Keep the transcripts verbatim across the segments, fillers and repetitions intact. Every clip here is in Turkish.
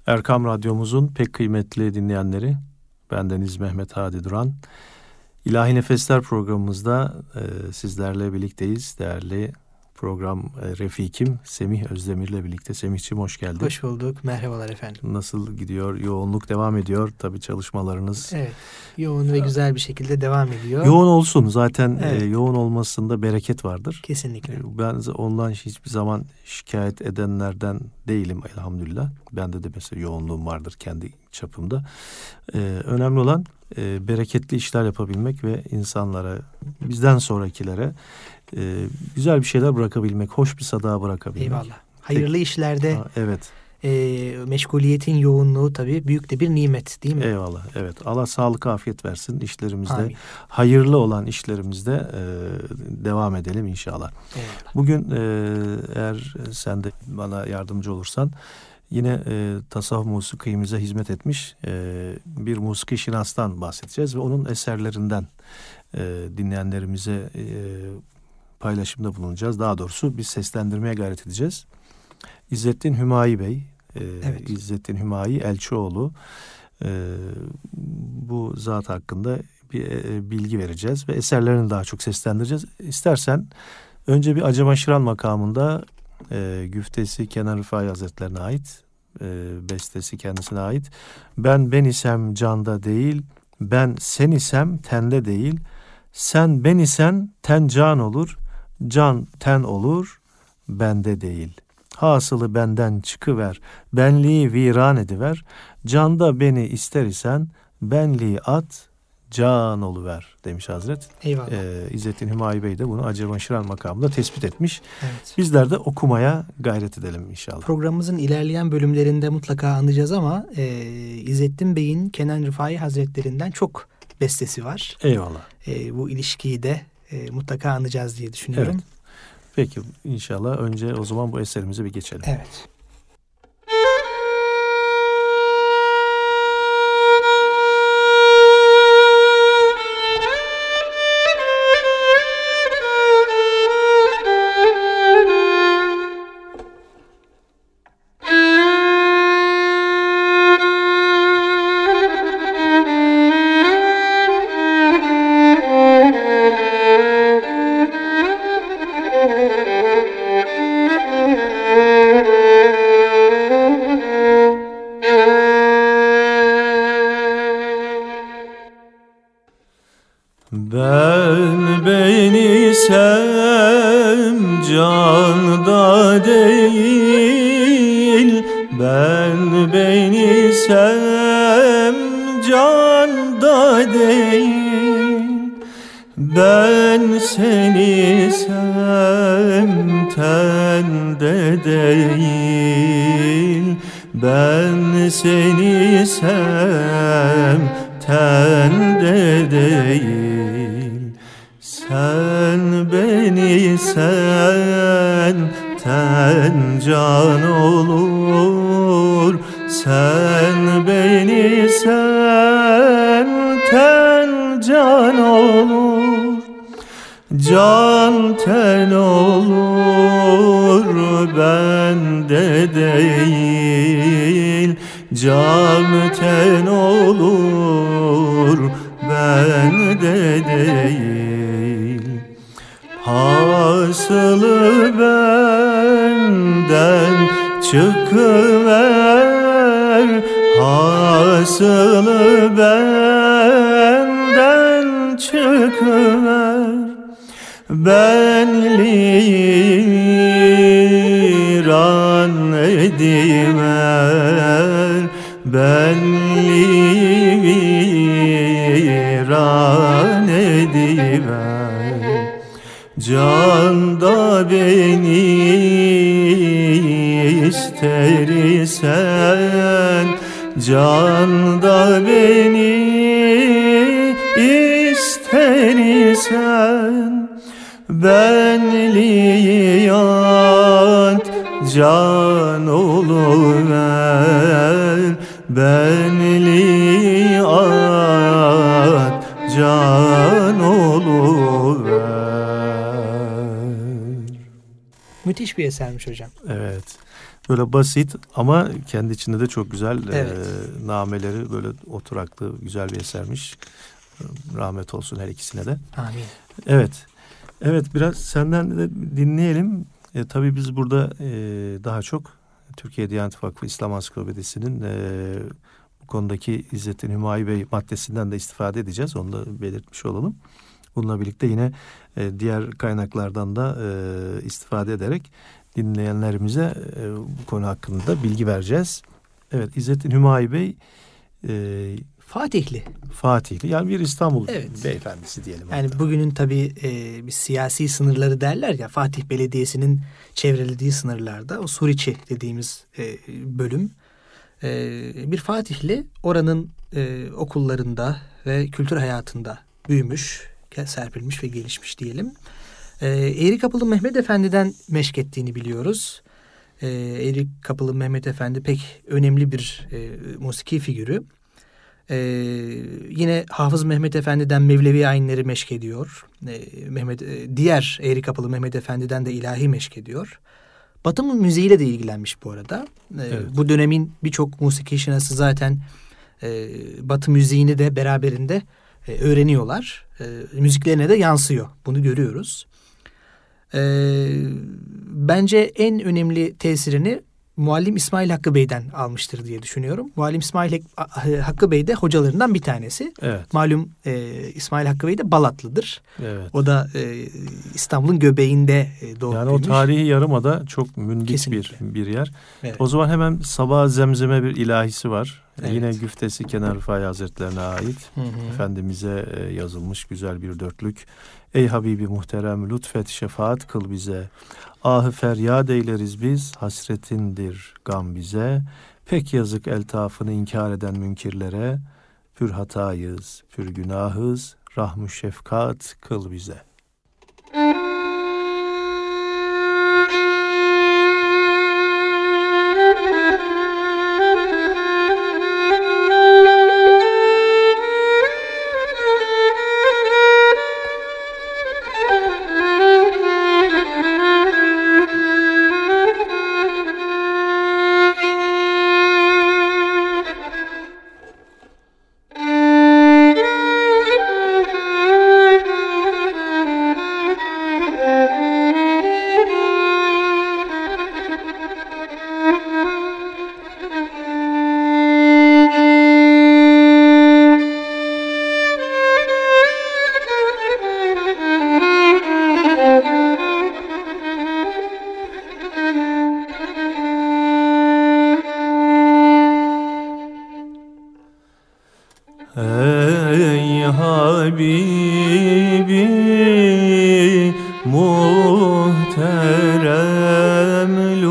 Erkam Radyomuzun pek kıymetli dinleyenleri, bendeniz Mehmet Hadi Duran. İlahi Nefesler programımızda e, sizlerle birlikteyiz. Değerli program e, refikim Semih Özdemir'le birlikte. Semih'ciğim hoş geldin. Hoş bulduk. Merhabalar efendim. Nasıl gidiyor? Yoğunluk devam ediyor. Tabii çalışmalarınız. Evet. Yoğun ve güzel bir şekilde devam ediyor. Yoğun olsun. Zaten evet. e, yoğun olmasında bereket vardır. Kesinlikle. Ben ondan hiçbir zaman şikayet edenlerden değilim elhamdülillah. Bende de mesela yoğunluğum vardır kendi çapımda. Ee, önemli olan e, bereketli işler yapabilmek ve insanlara, bizden sonrakilere e, güzel bir şeyler bırakabilmek, hoş bir sada bırakabilmek. Eyvallah. Hayırlı Tek, işlerde ha, evet. e, meşguliyetin yoğunluğu tabii büyük de bir nimet değil mi? Eyvallah. Evet. Allah sağlık, afiyet versin. İşlerimizde, Amin. hayırlı olan işlerimizde e, devam edelim inşallah. Eyvallah. Bugün e, eğer sen de bana yardımcı olursan, yine e, tasavvuf musikimize hizmet etmiş e, bir musiki şinastan bahsedeceğiz ve onun eserlerinden e, dinleyenlerimize e, paylaşımda bulunacağız. Daha doğrusu biz seslendirmeye gayret edeceğiz. İzzettin Hümayi Bey, e, evet. İzzettin Hümayi Elçioğlu, e, bu zat hakkında bir e, bilgi vereceğiz ve eserlerini daha çok seslendireceğiz. İstersen önce bir Acem Aşıran makamında E, güftesi Kenan Rıfai Hazretlerine ait, e, bestesi kendisine ait. Ben ben isem canda değil, ben sen isem tende değil, sen ben isen ten can olur, can ten olur, bende değil. Hasılı benden çıkıver, benliği viran ediver, canda beni ister isen, benliği at, can oluver demiş Hazret. Eyvallah. Ee, İzzettin Hümayi Bey de bunu Acem Aşıran makamında tespit etmiş. Evet. Bizler de okumaya gayret edelim inşallah. Programımızın ilerleyen bölümlerinde mutlaka anlayacağız ama e, İzzettin Bey'in Kenan Rıfai Hazretlerinden çok bestesi var. Eyvallah. E, bu ilişkiyi de e, mutlaka anlayacağız diye düşünüyorum. Evet. Peki inşallah önce o zaman bu eserimize bir geçelim. Evet. Ben beni sem canda değil, ben beni sem canda değil, ben seni sem tende değil, ben seni sem tende değil. Sen beni sen ten can olur, sen beni sen ten can olur, can ten olur, bende değil, can ten olur, bende değil. Hasılı benden çıkıver, hasılı benden çıkıver, benliği viran ediver, benliği viran ediver, canda beni ister isen, canda beni ister isen, benliği at can oluver, benliği at can oluver. Müthiş bir esermiş hocam. Evet. Böyle basit ama kendi içinde de çok güzel evet. e, nameleri böyle oturaklı güzel bir esermiş. Rahmet olsun her ikisine de. Amin. Evet. Evet, biraz senden de dinleyelim. E, tabii biz burada e, daha çok Türkiye Diyanet Vakfı İslam Ansiklopedisi'nin e, bu konudaki İzzettin Hümayi Bey maddesinden de istifade edeceğiz. Onu da belirtmiş olalım. Bununla birlikte yine e, diğer kaynaklardan da e, istifade ederek dinleyenlerimize e, bu konu hakkında bilgi vereceğiz. Evet, İzzettin Hümayi Bey e, Fatihli. Fatihli, yani bir İstanbul evet. beyefendisi diyelim. Yani hatta. Bugünün tabii e, bir siyasi sınırları derler ya, Fatih Belediyesi'nin çevrelediği sınırlarda o Suriçi dediğimiz e, bölüm e, bir Fatihli oranın e, okullarında ve kültür hayatında büyümüş, serpilmiş ve gelişmiş diyelim. E, Eğri Kapılı Mehmet Efendi'den meşk ettiğini biliyoruz. E, Eğri Kapılı Mehmet Efendi pek önemli bir e, musiki figürü. Ee, yine Hafız Mehmet Efendi'den Mevlevi ayinleri meşk ediyor. Ee, Mehmet, e, diğer Eğri Kapılı Mehmet Efendi'den de ilahi meşk ediyor. Batı müziğiyle de ilgilenmiş bu arada. Ee, evet. Bu dönemin birçok musiki şinası zaten e, Batı müziğini de beraberinde e, öğreniyorlar. E, müziklerine de yansıyor. Bunu görüyoruz. E, bence en önemli tesirini Muallim İsmail Hakkı Bey'den almıştır diye düşünüyorum. Muallim İsmail Hakkı Bey de hocalarından bir tanesi. Evet. Malum e, İsmail Hakkı Bey de Balatlıdır. Evet. O da e, İstanbul'un göbeğinde e, doğup yani büyümüş. O tarihi yarımada çok mündit bir, bir yer. Evet. O zaman hemen Sabah Zemzem'e bir ilahisi var. Evet. Yine güftesi Kenan Rıfai Hazretlerine ait. Hı hı. Efendimiz'e e, yazılmış güzel bir dörtlük. Ey Habibi muhterem lütfet şefaat kıl bize. Ahı feryat eyleriz biz, hasretindir gam bize. Pek yazık eltafını inkar eden münkirlere. Pür hatayız, pür günahız, rahmu şefkat kıl bize. Ey Habibi muhterem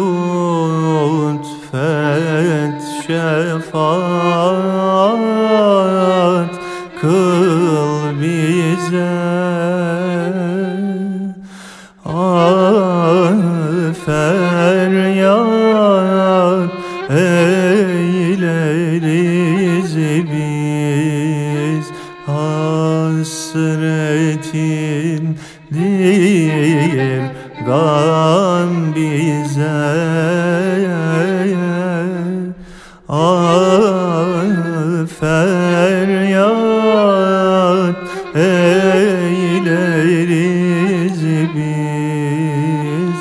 lütfet şefaat kıl bize. Ah feryat eyleriz biz, hasretindir gam bize. Ah feryat eyleriz biz,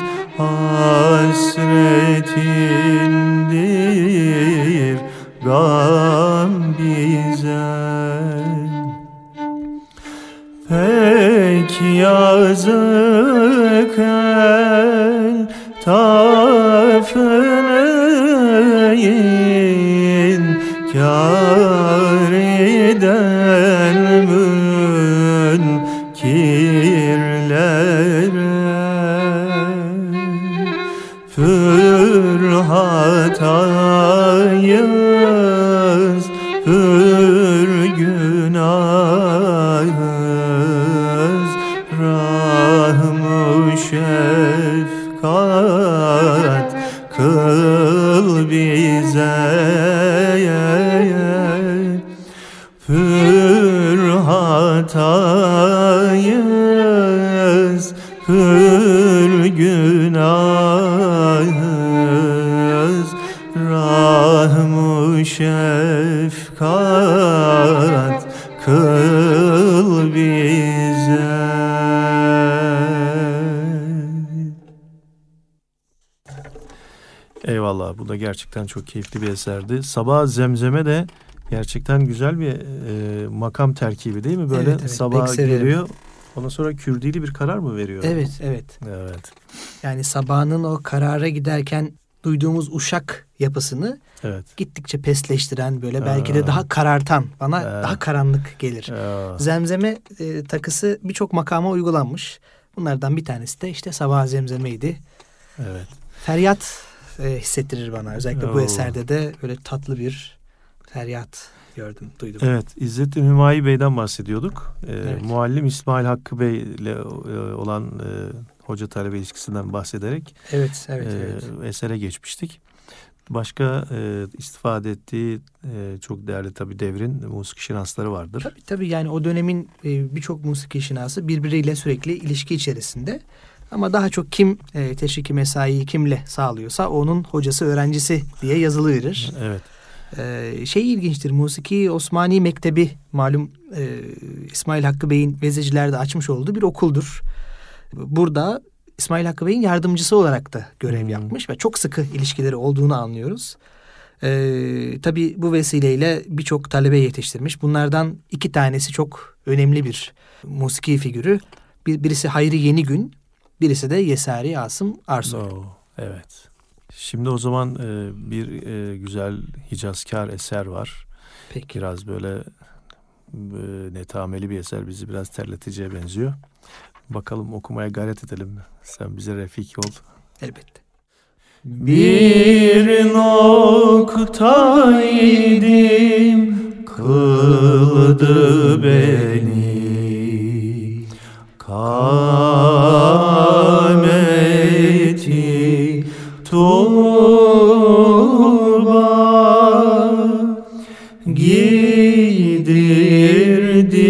hasretindir gam bize. Pek yazık eltafını inkar eden münkirlere. Pür hatayız, pür günahız, rahm-ı şefkat kıl bize. Pür hatayız, pür günahız, şefkat kıl bize. Eyvallah, bu da gerçekten çok keyifli bir eserdi. Sabah Zemzeme de gerçekten güzel bir e, makam terkibi değil mi? Böyle evet, evet, sabah geliyor. Ondan sonra kürdili bir karar mı veriyor? Evet, evet. Evet. Yani sabahın o karara giderken duyduğumuz uşak yapısını evet. gittikçe pesleştiren, böyle Aa. belki de daha karartan, bana Aa. daha karanlık gelir. Aa. Zemzeme e, takısı birçok makama uygulanmış. Bunlardan bir tanesi de işte Sabah Zemzeme'ydi. Evet. Feryat e, hissettirir bana. Özellikle Oo. bu eserde de böyle tatlı bir feryat gördüm, duydum. Evet, İzzettin Hümayi Bey'den bahsediyorduk. Ee, evet. Muallim İsmail Hakkı Bey ile olan e, hoca talebe ilişkisinden bahsederek evet, evet, e, evet. esere geçmiştik. Başka e, istifade ettiği e, çok değerli tabii devrin musiki şinasları vardır. Tabii tabii, yani o dönemin e, birçok musiki şinası birbiriyle sürekli ilişki içerisinde. Ama daha çok kim e, teşriki mesaiyi kimle sağlıyorsa onun hocası, öğrencisi diye yazılı verir. Evet. Ee, şey ilginçtir, Musiki Osmani Mektebi malum e, İsmail Hakkı Bey'in Vezirciler'de açmış olduğu bir okuldur. Burada İsmail Hakkı Bey'in yardımcısı olarak da görev hmm. yapmış ve çok sıkı ilişkileri olduğunu anlıyoruz. Ee, tabii bu vesileyle birçok talebe yetiştirmiş. Bunlardan iki tanesi çok önemli bir musiki figürü. Bir, birisi Hayri Yenigün, birisi de Yesari Asım Arsoy. Oh, evet. Şimdi o zaman e, bir e, güzel Hicazkar eser var. Peki. Biraz böyle e, netameli bir eser, bizi biraz terleticiye benziyor. Bakalım, okumaya gayret edelim. Sen bize refik ol. Elbette. Bir noktaydım kıldı beni, kameti tuğba, giydirdi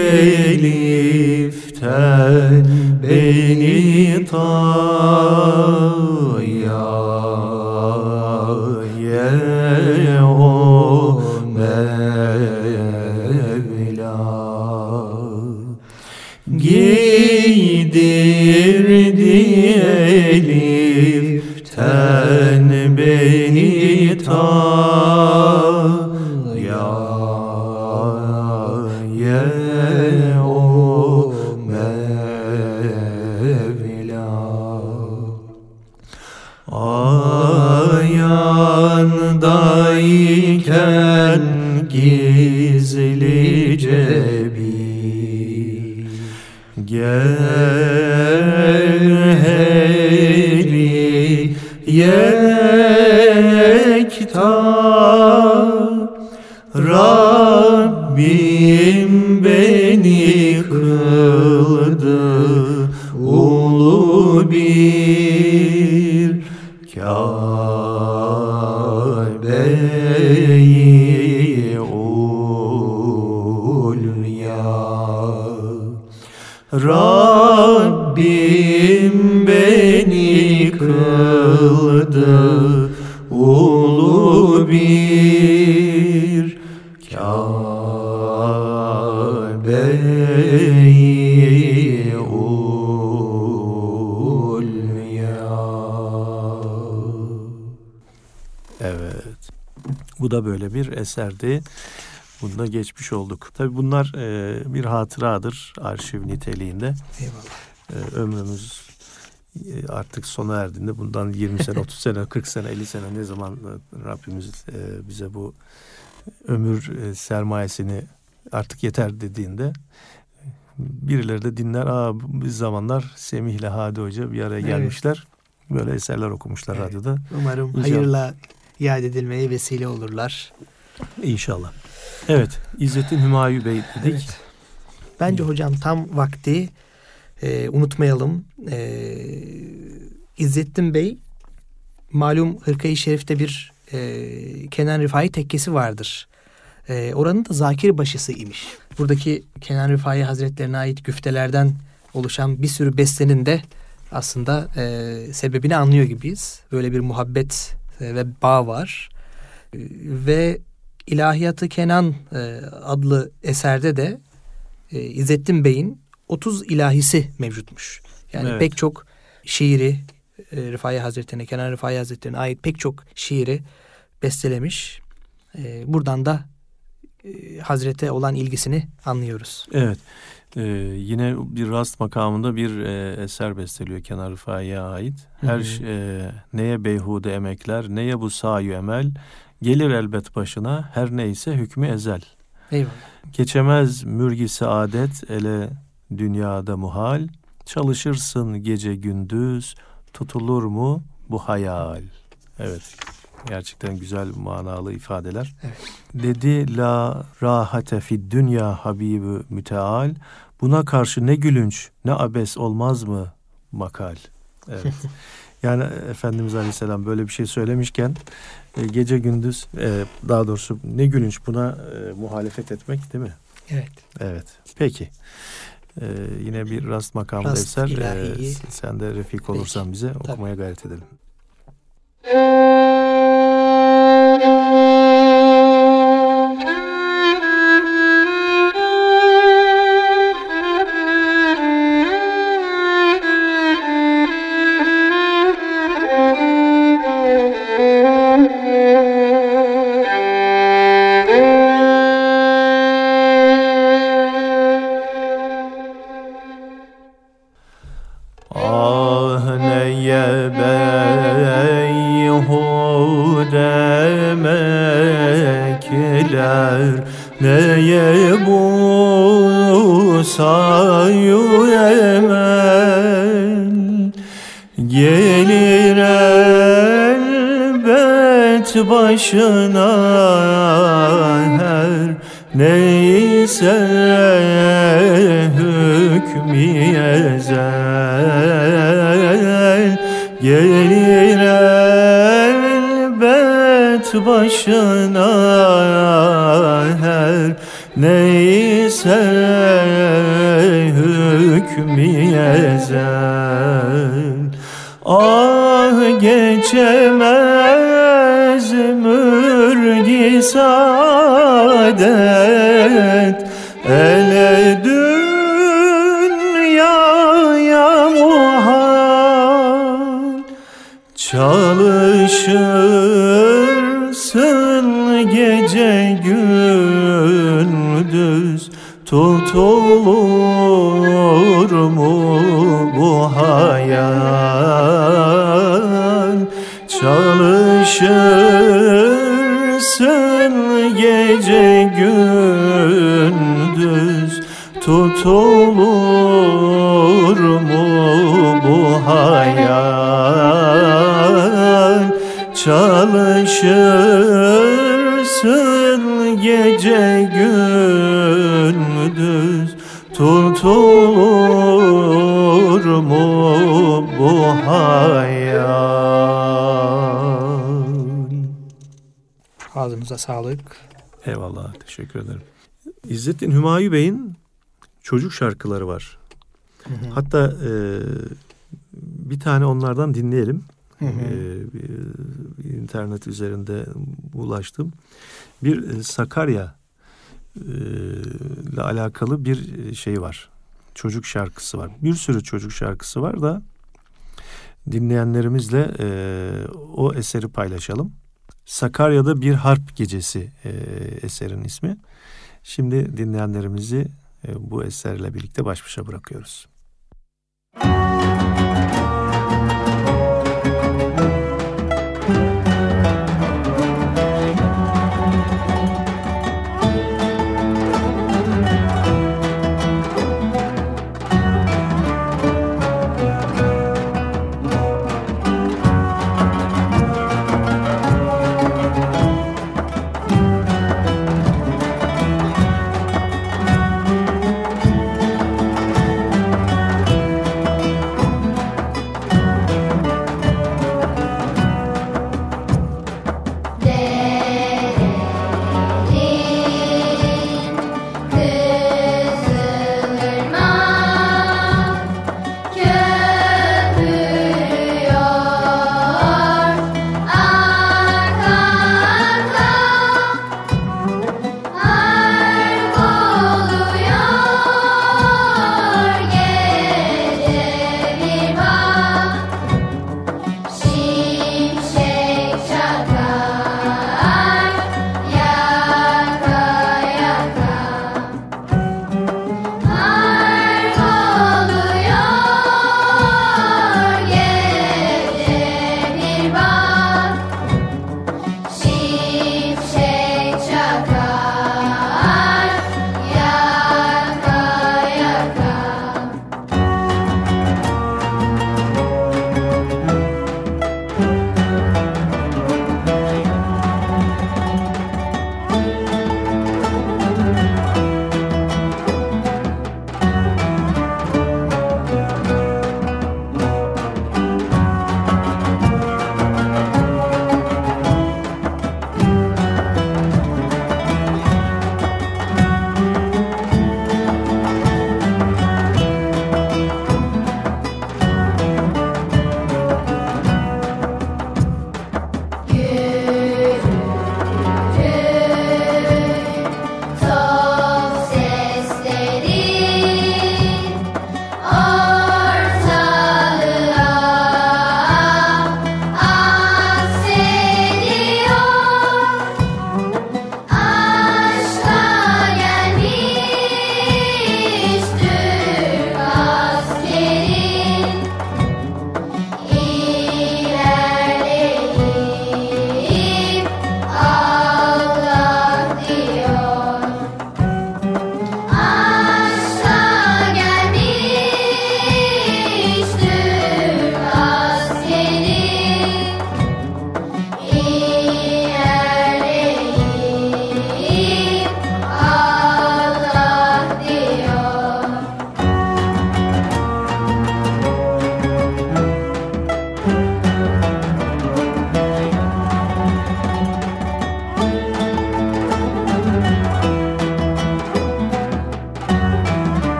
eliften beni taya o Mevla, giydirdi eliften beni taya o Mevla. Ayağındayken gizlice bir gevheri yekta, Rabbim beni kıldı ulu bir Kâbe-i ulya. Rabbim beni kıldı ulu bir Kâbe-i ulya. Evet. Bu da böyle bir eserdi. Bunu da geçmiş olduk. Tabii bunlar e, bir hatıradır, arşiv niteliğinde. Eyvallah. E, ömrümüz e, artık sona erdiğinde, bundan yirmi sene, otuz sene, kırk sene, elli sene ne zaman e, Rabbimiz e, bize bu ömür e, sermayesini artık yeter dediğinde birileri de dinler. Aa, biz zamanlar Semih ile Hadi Hoca bir araya gelmişler. Evet. Böyle eserler okumuşlar evet. radyoda. Umarım İnşallah. hayırla iade edilmeye vesile olurlar. İnşallah. Evet, İzzettin Hümayi Bey dedik. Evet. Bence hocam tam vakti, e, unutmayalım. E, İzzettin Bey, malum Hırka-i Şerif'te bir e, Kenan Rifai tekkesi vardır. E, oranın da Zakir Başısı imiş. Buradaki Kenan Rifai Hazretlerine ait güftelerden oluşan bir sürü bestenin de aslında e, sebebini anlıyor gibiyiz. Böyle bir muhabbet e, ve bağ var. Ve İlahiyat-ı Kenan adlı eserde de İzzettin Bey'in otuz ilahisi mevcutmuş. Yani evet. pek çok şiiri Rifai Hazretleri'ne, Kenan Rifai Hazretleri'ne ait pek çok şiiri bestelemiş. Buradan da Hazrete olan ilgisini anlıyoruz. Evet. Ee, yine bir rast makamında bir e, eser besteliyor Kenan Rifai'ye ait. Her hı hı. E, neye beyhude emekler, neye bu sayu emel, gelir elbet başına her neyse hükmü ezel. Eyvallah. Geçemez mürgi saadet ele dünyada muhal, çalışırsın gece gündüz, tutulur mu bu hayal? Evet. Gerçekten güzel manalı ifadeler. Evet. Dedi la rahate fid dünya habibi müteal. Buna karşı ne gülünç ne abes olmaz mı makal? Evet. Yani Efendimiz Aleyhisselam böyle bir şey söylemişken e, gece gündüz e, daha doğrusu ne gülünç buna e, muhalefet etmek değil mi? Evet. Evet. Peki. E, yine bir rast makamı eser. E, sen de refik olursan Peki. bize Tabii. okumaya gayret edelim. Neye bu sayu emel, gelir elbet başına her neyse hükmü ezel, gelir elbet başına her neyse hükmü ezel. Ah geçemez mürgi saadet ele dünyaya muhal, çalışırsın gece gündüz, tutulur mu bu hayal? Çalışırsın gece gündüz, tutulur mu bu hayal? Çalışırsın gece gündüz, tutulur mu bu hayal? Ağzınıza sağlık. Eyvallah, teşekkür ederim. İzzettin Hümayi Bey'in çocuk şarkıları var. Hı hı. Hatta e, bir tane onlardan dinleyelim. Hı hı. E, internet üzerinde ulaştım. Bir e, Sakarya e, ile alakalı bir şey var. Çocuk şarkısı var. Bir sürü çocuk şarkısı var da dinleyenlerimizle e, o eseri paylaşalım. Sakarya'da bir harp gecesi e, eserin ismi. Şimdi dinleyenlerimizi e, bu eserle birlikte baş başa bırakıyoruz.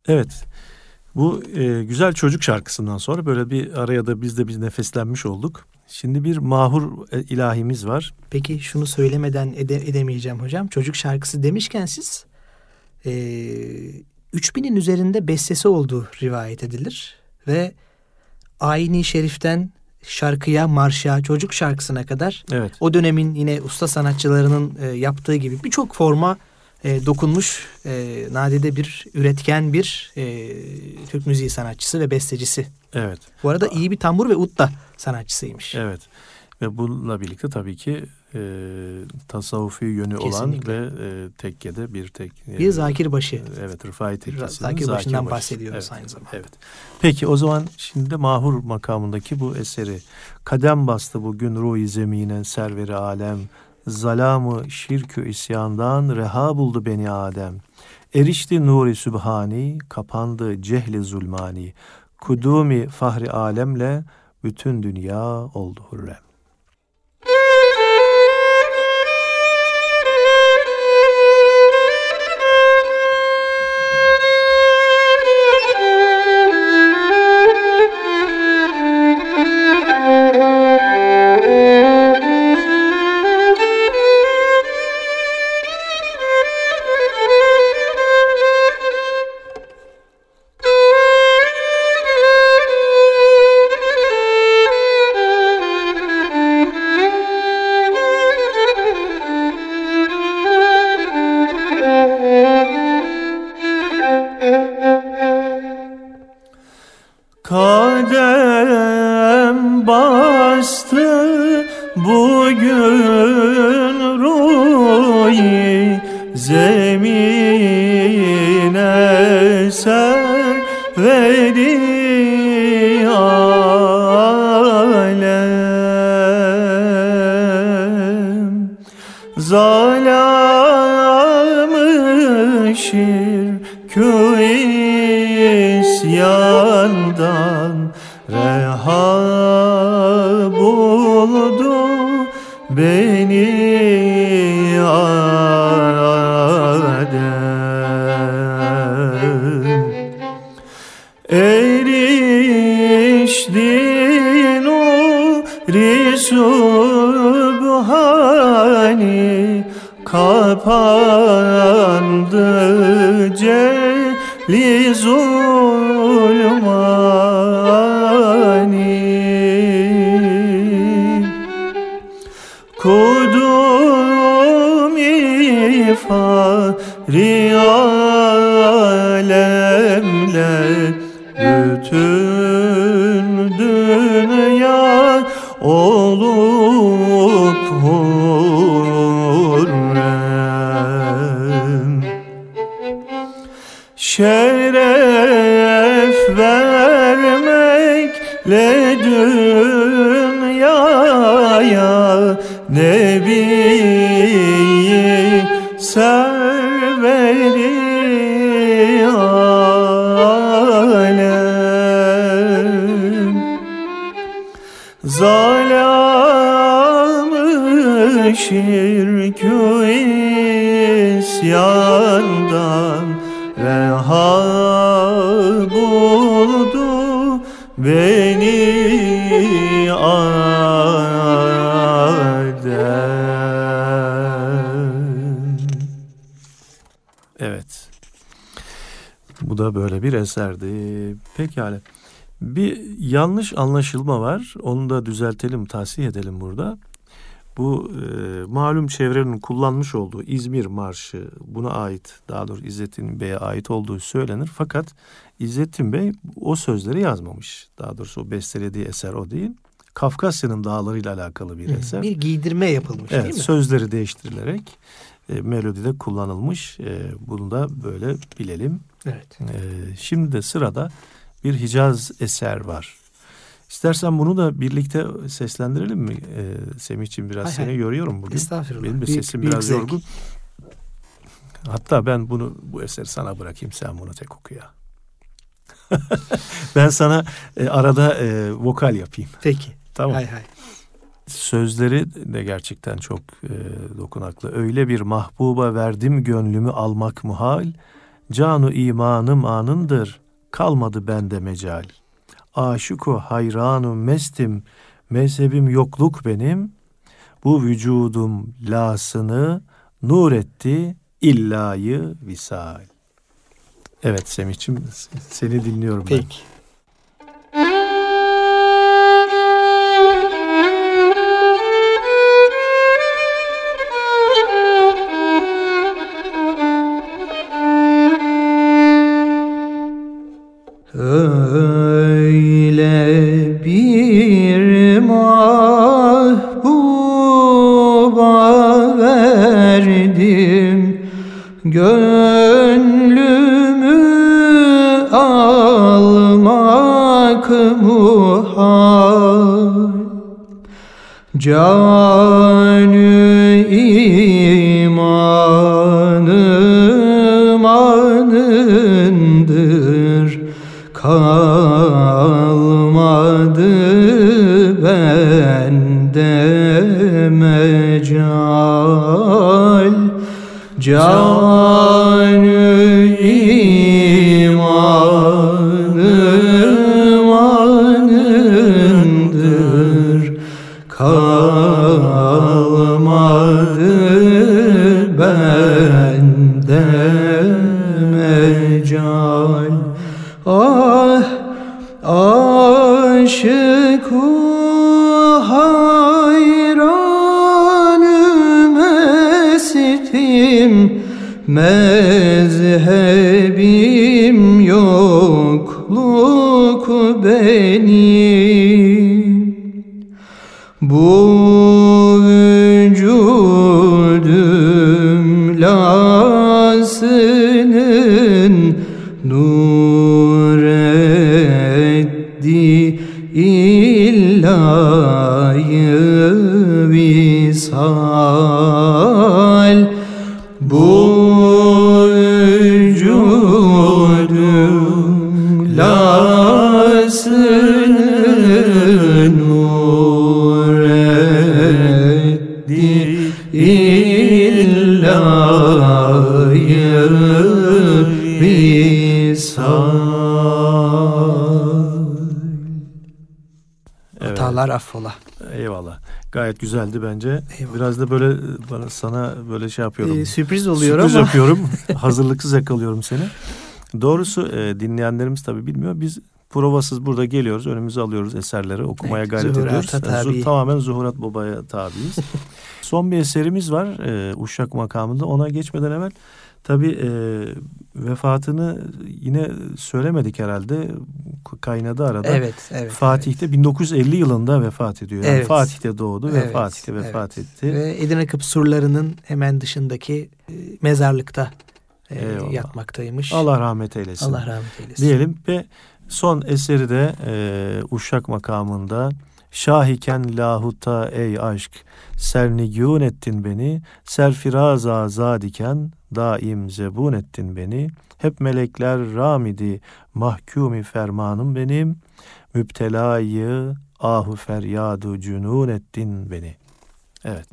Evet. Bu e, güzel çocuk şarkısından sonra böyle bir araya da biz de biz nefeslenmiş olduk. Şimdi bir mahur e, ilahimiz var. Peki şunu söylemeden ede, edemeyeceğim hocam. Çocuk şarkısı demişken siz e, üç binin üzerinde bestesi olduğu rivayet edilir. Ve Ayni Şerif'ten şarkıya, marşa, çocuk şarkısına kadar Evet. o dönemin yine usta sanatçılarının e, yaptığı gibi birçok forma e, dokunmuş e, nadide bir üretken bir e, Türk müziği sanatçısı ve bestecisi. Evet. Bu arada iyi bir tambur ve ut da sanatçısıymış. Evet. Ve bununla birlikte tabii ki e, tasavvufi yönü Kesinlikle. olan ve e, tekkede bir tek... E, Bir Zakirbaşı. Evet, Rıfai Tekkesi'nin Zakirbaşı'ndan Zakirbaşı. bahsediyoruz Evet, aynı zamanda. evet. Peki o zaman şimdi de mahur makamındaki bu eseri. Kadem bastı bugün ruh-i zemine serveri alem. Zalamı şirkü isyandan reha buldu beni Adem. Erişti nuri sübhani, kapandı cehli zulmani. Kudumi fahri alemle bütün dünya oldu hürrem. Kadem bastı bugün ruh-i zemine serveri alem. Zalamı şirkü isyandan reha buldu beni Adem. Erişti nuri sübhani, kapandı cehli zulmani. Kudumi fahri alemle bütün dünya olup hürrem. Şeref vermekle dünyaya Nebi-i serveri alem. Zalamı şirkü isyandan reha buldu beni Adem. Evet. Bu da böyle bir eserdi. Pekala. Bir yanlış anlaşılma var. Onu da düzeltelim, tahsih edelim burada. Bu e, malum çevrenin kullanmış olduğu İzmir Marşı buna ait, daha doğrusu İzzettin Bey'e ait olduğu söylenir. Fakat İzzettin Bey o sözleri yazmamış. Daha doğrusu o bestelediği eser o değil. Kafkasya'nın dağlarıyla alakalı bir eser. Bir giydirme yapılmış, evet, değil mi? Sözleri değiştirilerek e, melodide kullanılmış. E, bunu da böyle bilelim. Evet. E, şimdi de sırada bir Hicaz eser var. İstersen bunu da birlikte seslendirelim mi? Ee, Semih'ciğim biraz hay seni hay. yoruyorum bugün. Estağfurullah. Benim de büyük, sesim büyük biraz zevk. yorgun. Hatta ben bunu bu eseri sana bırakayım, sen bunu tek oku ya. Ben sana e, arada e, vokal yapayım. Peki. Tamam. Hay hay. Sözleri de gerçekten çok e, dokunaklı. Öyle bir mahbuba verdim gönlümü almak muhal. Canu imanım anındır, kalmadı bende mecal. Aşıku hayranım mestim, mezhebim yokluk benim. Bu vücudum lasını nur etti, illayı visal. Evet Semih'ciğim, seni dinliyorum ben. Peki. Öyle bir mahbuba verdim, gönlümü almak muhal. Canü imanım anındır, kalmadı bende mecal. Canü imanım anındır, kalmadı bende mecal. Ah aşık-ı hayranım estim, mezhebim yokluk benim. Bu vücudum lasının nur etti illayı visal. Bu vücudum lasının nur etti illayı visal. Hatalar affola. Eyvallah. Gayet güzeldi bence. Eyvallah. Biraz da böyle bana sana böyle şey yapıyorum. Ee, sürpriz oluyor sürpriz ama. Sürpriz yapıyorum. Hazırlıksız yakalıyorum seni. Doğrusu e, dinleyenlerimiz tabii bilmiyor. Biz provasız burada geliyoruz. Önümüze alıyoruz eserleri. Okumaya Evet, gayret Zuhurat'a ediyoruz. tabi. Yani, tamamen Zuhurat Baba'ya tabiiz. Son bir eserimiz var. E, Uşak makamında. Ona geçmeden evvel tabii e, vefatını yine söylemedik herhalde. Kaynadı arada. Evet, evet. Fatih'te evet. bin dokuz yüz elli yılında vefat ediyor. Yani Evet. Fatih'te doğdu ve Evet, Fatih'te vefat evet. etti. Ve Edirne Kapı surlarının hemen dışındaki e, mezarlıkta e, Eyvallah. yatmaktaymış. Allah rahmet eylesin. Allah rahmet eylesin. Diyelim ve son eseri de e, Uşak makamında. Şahiken lahuta ey aşk, sernigûn ettin beni, serfiraz azad iken daim zebun ettin beni. Hep melekler ramidi, mahkûmi fermanım benim, müptelayı ahu feryadu cünun ettin beni. Evet.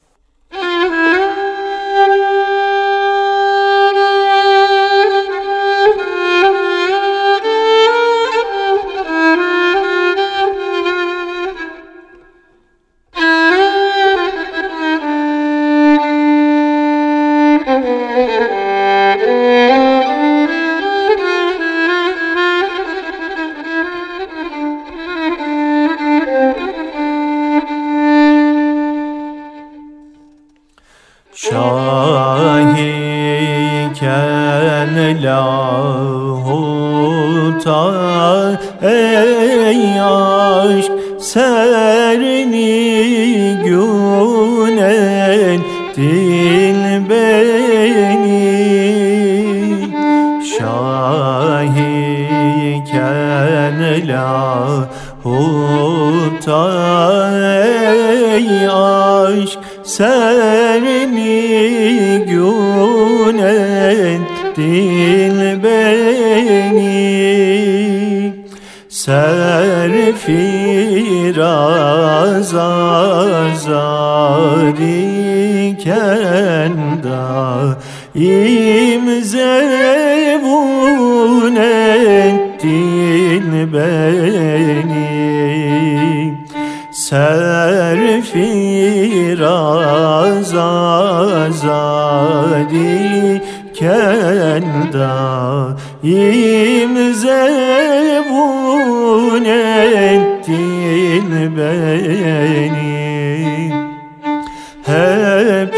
Şahiken lahuta ey aşk sernigûn ettin beni. Şahiken lahuta ey aşk sernigûn ettin beni. Serfiraz azad iken daim zebun ettin beni. Serfiraz azadiken daim zebun ettin beni. Hep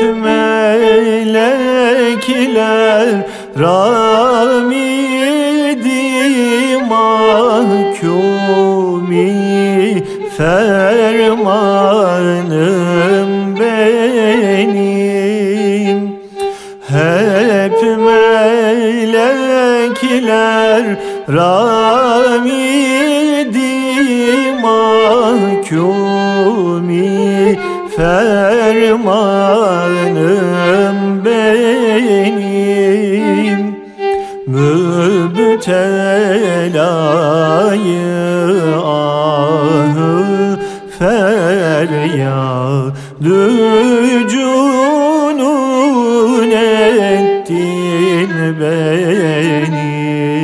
melekler ramidi mahkumi fermanım benim. Hep melekler ramidi mahkumi fermanım benim. Mübtelayı ahı feryadı cunun ettin beni.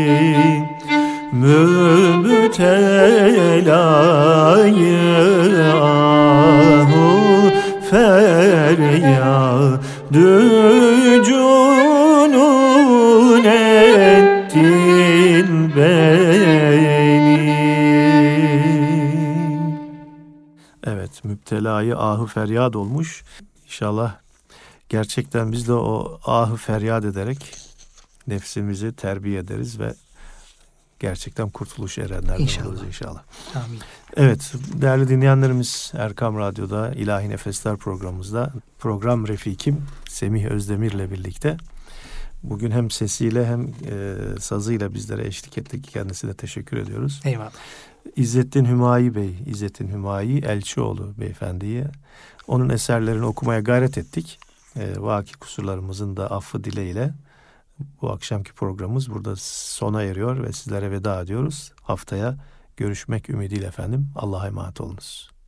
Mübtelayı ahı feryadı cunun ettin beni. Evet, müptelayı ahı feryat olmuş. İnşallah gerçekten biz de o ahı feryat ederek nefsimizi terbiye ederiz ve gerçekten kurtuluş erenlerden İnşallah. oluruz inşallah. Amin. Evet, değerli dinleyenlerimiz, Erkam Radyo'da İlahi Nefesler programımızda program refikim Semih Özdemir'le birlikte bugün hem sesiyle hem e, sazıyla bizlere eşlik etti. Kendisine teşekkür ediyoruz. Eyvallah. İzzettin Hümayi Bey, İzzettin Hümayi Elçioğlu beyefendiye onun eserlerini okumaya gayret ettik. E, vaki kusurlarımızın da affı dileğiyle bu akşamki programımız burada sona eriyor ve sizlere veda ediyoruz. Haftaya görüşmek ümidiyle efendim. Allah'a emanet olunuz.